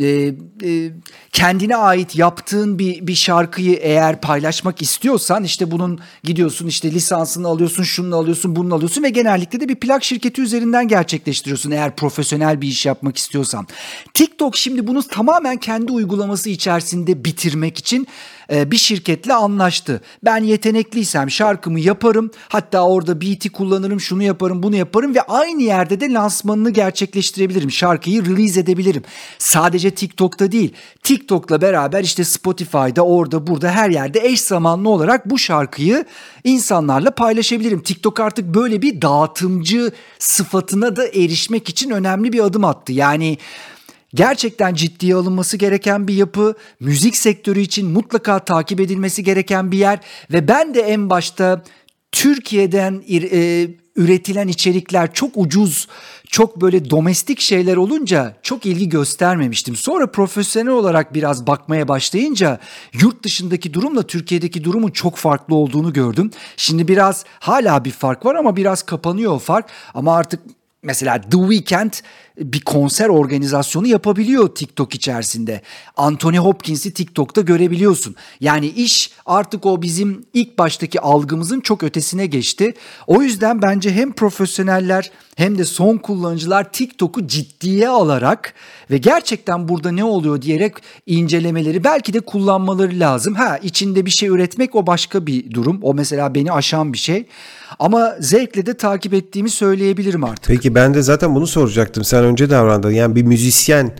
kendine ait yaptığın bir şarkıyı eğer paylaşmak istiyorsan işte bunun gidiyorsun işte lisansını alıyorsun, şunu alıyorsun, bunu alıyorsun ve genellikle de bir plak şirketi üzerinden gerçekleştiriyorsun eğer profesyonel bir iş yapmak istiyorsan. TikTok şimdi bunu tamamen kendi uygulaması içerisinde bitirmek için bir şirketle anlaştı. Ben yetenekliysem şarkımı yaparım. Hatta orada beat'i kullanırım, şunu yaparım, bunu yaparım ve aynı yerde de lansmanını gerçekleştirebilirim. Şarkıyı release edebilirim. Sadece TikTok'ta değil. TikTok'la beraber işte Spotify'da, orada, burada, her yerde eş zamanlı olarak bu şarkıyı insanlarla paylaşabilirim. TikTok artık böyle bir dağıtımcı sıfatına da erişmek için önemli bir adım attı. Yani gerçekten ciddiye alınması gereken bir yapı, müzik sektörü için mutlaka takip edilmesi gereken bir yer ve ben de en başta Türkiye'den üretilen içerikler çok ucuz, çok böyle domestik şeyler olunca çok ilgi göstermemiştim. Sonra profesyonel olarak biraz bakmaya başlayınca yurt dışındaki durumla Türkiye'deki durumun çok farklı olduğunu gördüm. Şimdi biraz hala bir fark var ama biraz kapanıyor o fark. Ama artık mesela The Weeknd bir konser organizasyonu yapabiliyor TikTok içerisinde. Anthony Hopkins'i TikTok'ta görebiliyorsun. Yani iş artık o bizim ilk baştaki algımızın çok ötesine geçti. O yüzden bence hem profesyoneller hem de son kullanıcılar TikTok'u ciddiye alarak ve gerçekten burada ne oluyor diyerek incelemeleri, belki de kullanmaları lazım. İçinde bir şey üretmek o başka bir durum. O mesela beni aşan bir şey. Ama zevkle de takip ettiğimi söyleyebilirim artık. Peki ben de zaten bunu soracaktım. Sen önce davrandın. Yani bir müzisyen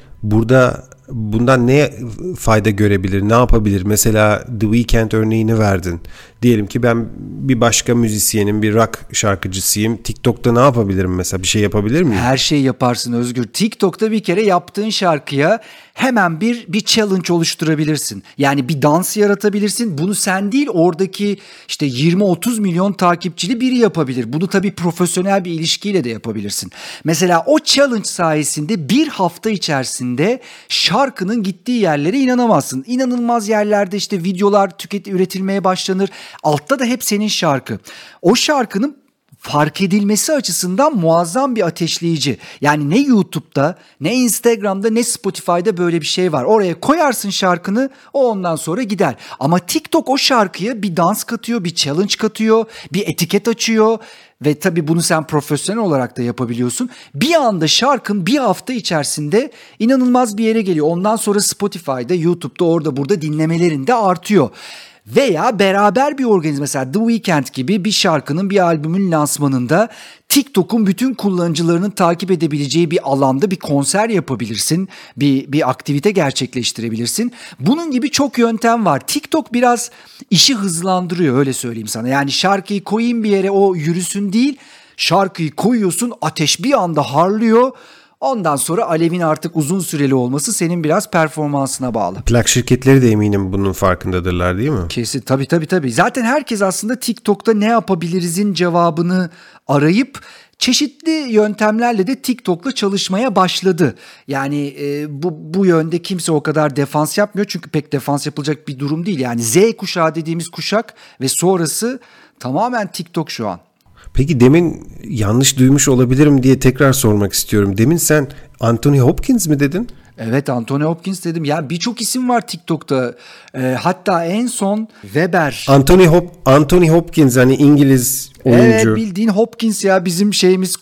bundan ne fayda görebilir, ne yapabilir? Mesela The Weeknd örneğini verdin. Diyelim ki ben bir başka müzisyenin, bir rock şarkıcısıyım. TikTok'ta ne yapabilirim mesela? Bir şey yapabilir miyim? Her şeyi yaparsın Özgür. TikTok'ta bir kere yaptığın şarkıya hemen bir challenge oluşturabilirsin. Yani bir dans yaratabilirsin. Bunu sen değil, oradaki işte 20-30 milyon takipçili biri yapabilir. Bunu tabii profesyonel bir ilişkiyle de yapabilirsin. Mesela o challenge sayesinde bir hafta içerisinde şarkının gittiği yerlere inanamazsın. İnanılmaz yerlerde işte videolar üretilmeye başlanır. Altta da hep senin şarkı. O şarkının fark edilmesi açısından muazzam bir ateşleyici. Yani ne YouTube'da, ne Instagram'da, ne Spotify'da böyle bir şey var. Oraya koyarsın şarkını, o ondan sonra gider. Ama TikTok o şarkıya bir dans katıyor, bir challenge katıyor, bir etiket açıyor. Ve tabii bunu sen profesyonel olarak da yapabiliyorsun. Bir anda şarkın bir hafta içerisinde inanılmaz bir yere geliyor. Ondan sonra Spotify'da, YouTube'da, orada burada dinlemelerin de artıyor. Veya beraber bir organizasyon, mesela The Weeknd gibi bir şarkının, bir albümün lansmanında TikTok'un bütün kullanıcılarının takip edebileceği bir alanda bir konser yapabilirsin. Bir aktivite gerçekleştirebilirsin. Bunun gibi çok yöntem var. TikTok biraz işi hızlandırıyor, öyle söyleyeyim sana. Yani şarkıyı koyayım bir yere, o yürüsün değil. Şarkıyı koyuyorsun, ateş bir anda harlıyor. Ondan sonra alevin artık uzun süreli olması senin biraz performansına bağlı. Plak şirketleri de eminim bunun farkındadırlar, değil mi? Kesin, tabii. Zaten herkes aslında TikTok'ta ne yapabilirizin cevabını arayıp çeşitli yöntemlerle de TikTok'la çalışmaya başladı. Yani bu yönde kimse o kadar defans yapmıyor. Çünkü pek defans yapılacak bir durum değil. Yani Z kuşağı dediğimiz kuşak ve sonrası tamamen TikTok şu an. Peki demin yanlış duymuş olabilirim diye tekrar sormak istiyorum. Demin sen Anthony Hopkins mi dedin? Evet, Anthony Hopkins dedim. Ya birçok isim var TikTok'ta. Hatta en son Weber. Anthony Hopkins, hani İngiliz oyuncu. Evet, bildiğin Hopkins ya, bizim şeyimiz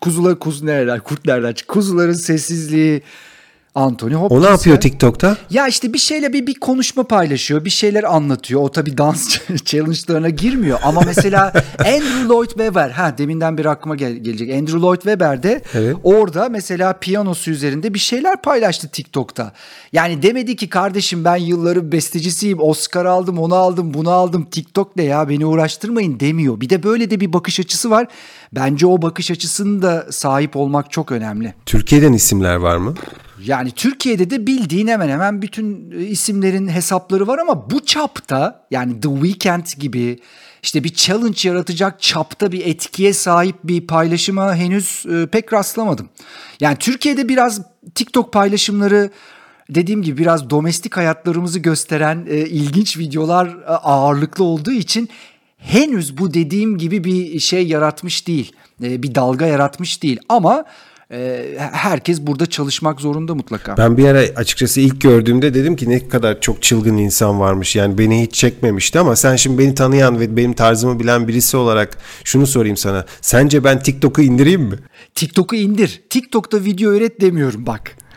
kuzuların sessizliği. Anthony Hopkins. O ne yapıyor TikTok'ta? Ya işte bir şeyle bir konuşma paylaşıyor, bir şeyler anlatıyor. O tabii dans challenge'larına girmiyor ama mesela Andrew Lloyd Webber, deminden bir aklıma gelecek. Andrew Lloyd Webber de evet, orada mesela piyanosu üzerinde bir şeyler paylaştı TikTok'ta. Yani demedi ki kardeşim ben yılların bestecisiyim, Oscar aldım, onu aldım, bunu aldım. TikTok ne ya, beni uğraştırmayın demiyor. Bir de böyle de bir bakış açısı var. Bence o bakış açısını da sahip olmak çok önemli. Türkiye'den isimler var mı? Yani Türkiye'de de bildiğin hemen hemen bütün isimlerin hesapları var ama bu çapta, yani The Weeknd gibi işte bir challenge yaratacak çapta bir etkiye sahip bir paylaşıma henüz pek rastlamadım. Yani Türkiye'de biraz TikTok paylaşımları, dediğim gibi biraz domestik hayatlarımızı gösteren ilginç videolar ağırlıklı olduğu için henüz bu dediğim gibi bir şey yaratmış değil. Bir dalga yaratmış değil ama herkes burada çalışmak zorunda mutlaka. Ben bir ara açıkçası ilk gördüğümde dedim ki ne kadar çok çılgın insan varmış. Yani beni hiç çekmemişti ama sen şimdi beni tanıyan ve benim tarzımı bilen birisi olarak şunu sorayım sana. Sence ben TikTok'u indireyim mi? TikTok'u indir. TikTok'ta video üret demiyorum bak.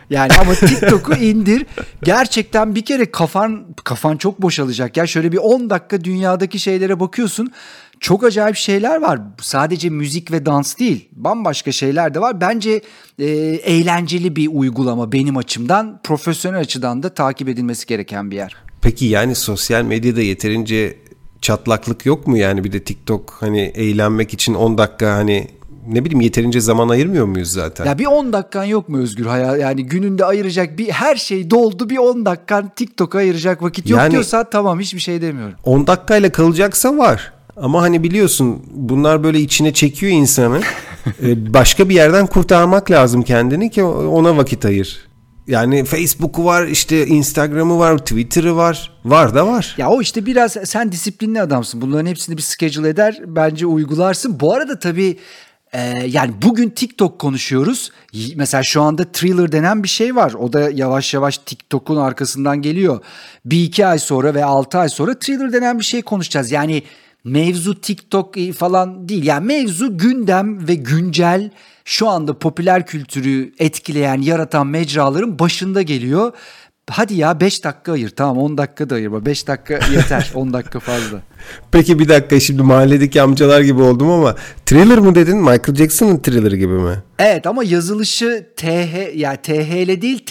Yani ama TikTok'u indir. Gerçekten bir kere kafan çok boşalacak. Ya şöyle bir 10 dakika dünyadaki şeylere bakıyorsun. Çok acayip şeyler var. Sadece müzik ve dans değil. Bambaşka şeyler de var. Bence eğlenceli bir uygulama benim açımdan. Profesyonel açıdan da takip edilmesi gereken bir yer. Peki yani sosyal medyada yeterince çatlaklık yok mu? Yani bir de TikTok hani eğlenmek için 10 dakika hani ne bileyim yeterince zaman ayırmıyor muyuz zaten? Ya bir 10 dakikan yok mu Özgür? Yani gününde ayıracak bir her şey doldu, bir 10 dakikan TikTok'a ayıracak vakit yok diyorsa tamam, hiçbir şey demiyorum. 10 dakikayla kalacaksa var. Ama hani biliyorsun bunlar böyle içine çekiyor insanı. Başka bir yerden kurtarmak lazım kendini ki ona vakit ayır. Yani Facebook'u var, işte Instagram'ı var, Twitter'ı var. Var da var. Ya o işte biraz sen disiplinli adamsın. Bunların hepsini bir schedule eder, bence uygularsın. Bu arada tabii yani bugün TikTok konuşuyoruz. Mesela şu anda Thriller denen bir şey var. O da yavaş yavaş TikTok'un arkasından geliyor. Bir iki ay sonra ve 6 ay sonra Thriller denen bir şey konuşacağız. Yani mevzu TikTok falan değil. Yani mevzu gündem ve güncel, şu anda popüler kültürü etkileyen, yaratan mecraların başında geliyor. Hadi ya 5 dakika ayır. Tamam 10 dakika da ayırma. 5 dakika yeter. 10 dakika fazla. Peki bir dakika, şimdi mahalledeki amcalar gibi oldum ama Thriller mı dedin? Michael Jackson'ın Thriller'ı gibi mi? Evet ama yazılışı THL değil,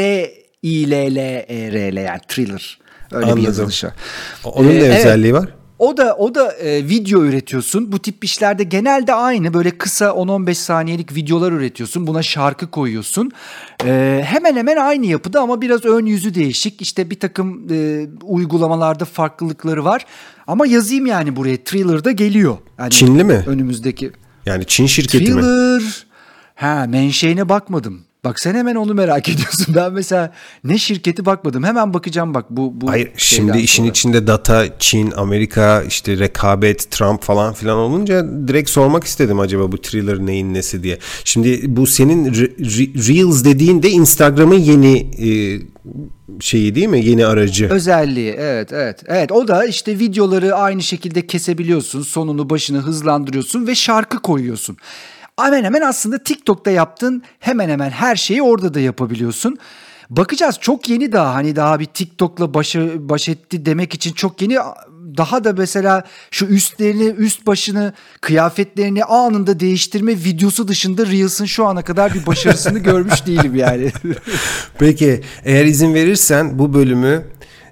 TRILLERL yani Thriller. Öyle Anladım. bir yazılışı. Onun ne özelliği var? O da video üretiyorsun. Bu tip işlerde genelde aynı, böyle kısa 10-15 saniyelik videolar üretiyorsun. Buna şarkı koyuyorsun. Hemen hemen aynı yapıda ama biraz ön yüzü değişik. İşte bir takım uygulamalarda farklılıkları var. Ama yazayım yani buraya, Thriller'da geliyor. Yani Çinli mi? Önümüzdeki. Yani Çin şirketi mi? Thriller. Menşeine bakmadım. Bak sen hemen onu merak ediyorsun. Ben mesela ne şirketi bakmadım. Hemen bakacağım bak bu Hayır, şimdi işin içinde data, Çin, Amerika, işte rekabet, Trump falan filan olunca direkt sormak istedim acaba bu Thriller neyin nesi diye. Şimdi bu senin Reels dediğin de Instagram'ın yeni şeyi değil mi? Yeni aracı. Özelliği, evet. Evet, o da işte videoları aynı şekilde kesebiliyorsun. Sonunu başını hızlandırıyorsun ve şarkı koyuyorsun. Hemen hemen aslında TikTok'ta yaptığın hemen hemen her şeyi orada da yapabiliyorsun. Bakacağız, çok yeni daha, hani daha bir TikTok'la baş etti demek için çok yeni. Daha da mesela şu üst başını, kıyafetlerini anında değiştirme videosu dışında Reels'ın şu ana kadar bir başarısını görmüş değilim yani. Peki eğer izin verirsen bu bölümü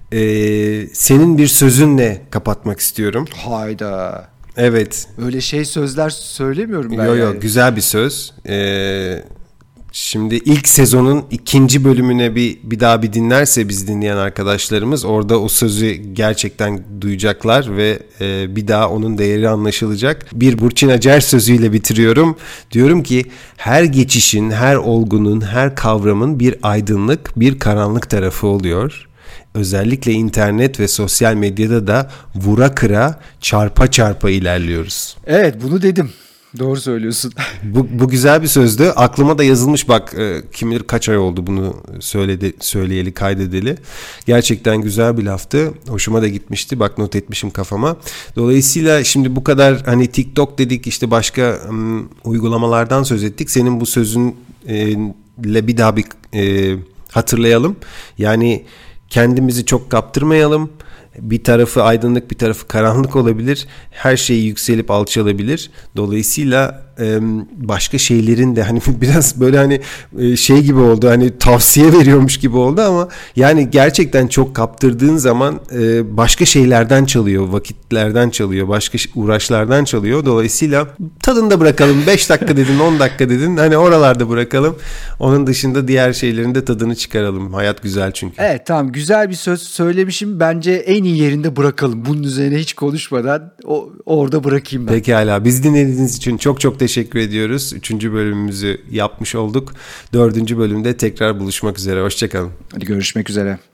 senin bir sözünle kapatmak istiyorum. Hayda. Evet. Öyle sözler söylemiyorum ben. Yok, güzel bir söz. Şimdi ilk sezonun 2. bölümüne bir daha dinlerse biz dinleyen arkadaşlarımız orada o sözü gerçekten duyacaklar ve bir daha onun değeri anlaşılacak. Bir Burçin Acar sözüyle bitiriyorum. Diyorum ki her geçişin, her olgunun, her kavramın bir aydınlık, bir karanlık tarafı oluyor. Özellikle internet ve sosyal medyada da vura kıra, çarpa çarpa ilerliyoruz. Evet, bunu dedim. Doğru söylüyorsun. Bu güzel bir sözdü. Aklıma da yazılmış bak, kim bilir kaç ay oldu bunu söyleyeli, kaydedeli. Gerçekten güzel bir laftı. Hoşuma da gitmişti. Bak not etmişim kafama. Dolayısıyla şimdi bu kadar hani TikTok dedik, işte başka uygulamalardan söz ettik. Senin bu sözünle bir daha bir hatırlayalım. Yani kendimizi çok kaptırmayalım. Bir tarafı aydınlık, bir tarafı karanlık olabilir. Her şey yükselip alçalabilir. Dolayısıyla başka şeylerin de hani biraz böyle hani şey gibi oldu, hani tavsiye veriyormuş gibi oldu ama yani gerçekten çok kaptırdığın zaman başka şeylerden çalıyor, vakitlerden çalıyor, başka uğraşlardan çalıyor. Dolayısıyla tadında bırakalım. 5 dakika dedin, 10 dakika dedin, hani oralarda bırakalım. Onun dışında diğer şeylerin de tadını çıkaralım. Hayat güzel çünkü. Evet, tamam, güzel bir söz söylemişim. Bence en iyi yerinde bırakalım. Bunun üzerine hiç konuşmadan orada bırakayım ben. Pekala. Biz dinlediğiniz için çok çok teşekkür ediyoruz. 3. bölümümüzü yapmış olduk. 4. bölümde tekrar buluşmak üzere. Hoşçakalın. Hadi görüşmek üzere.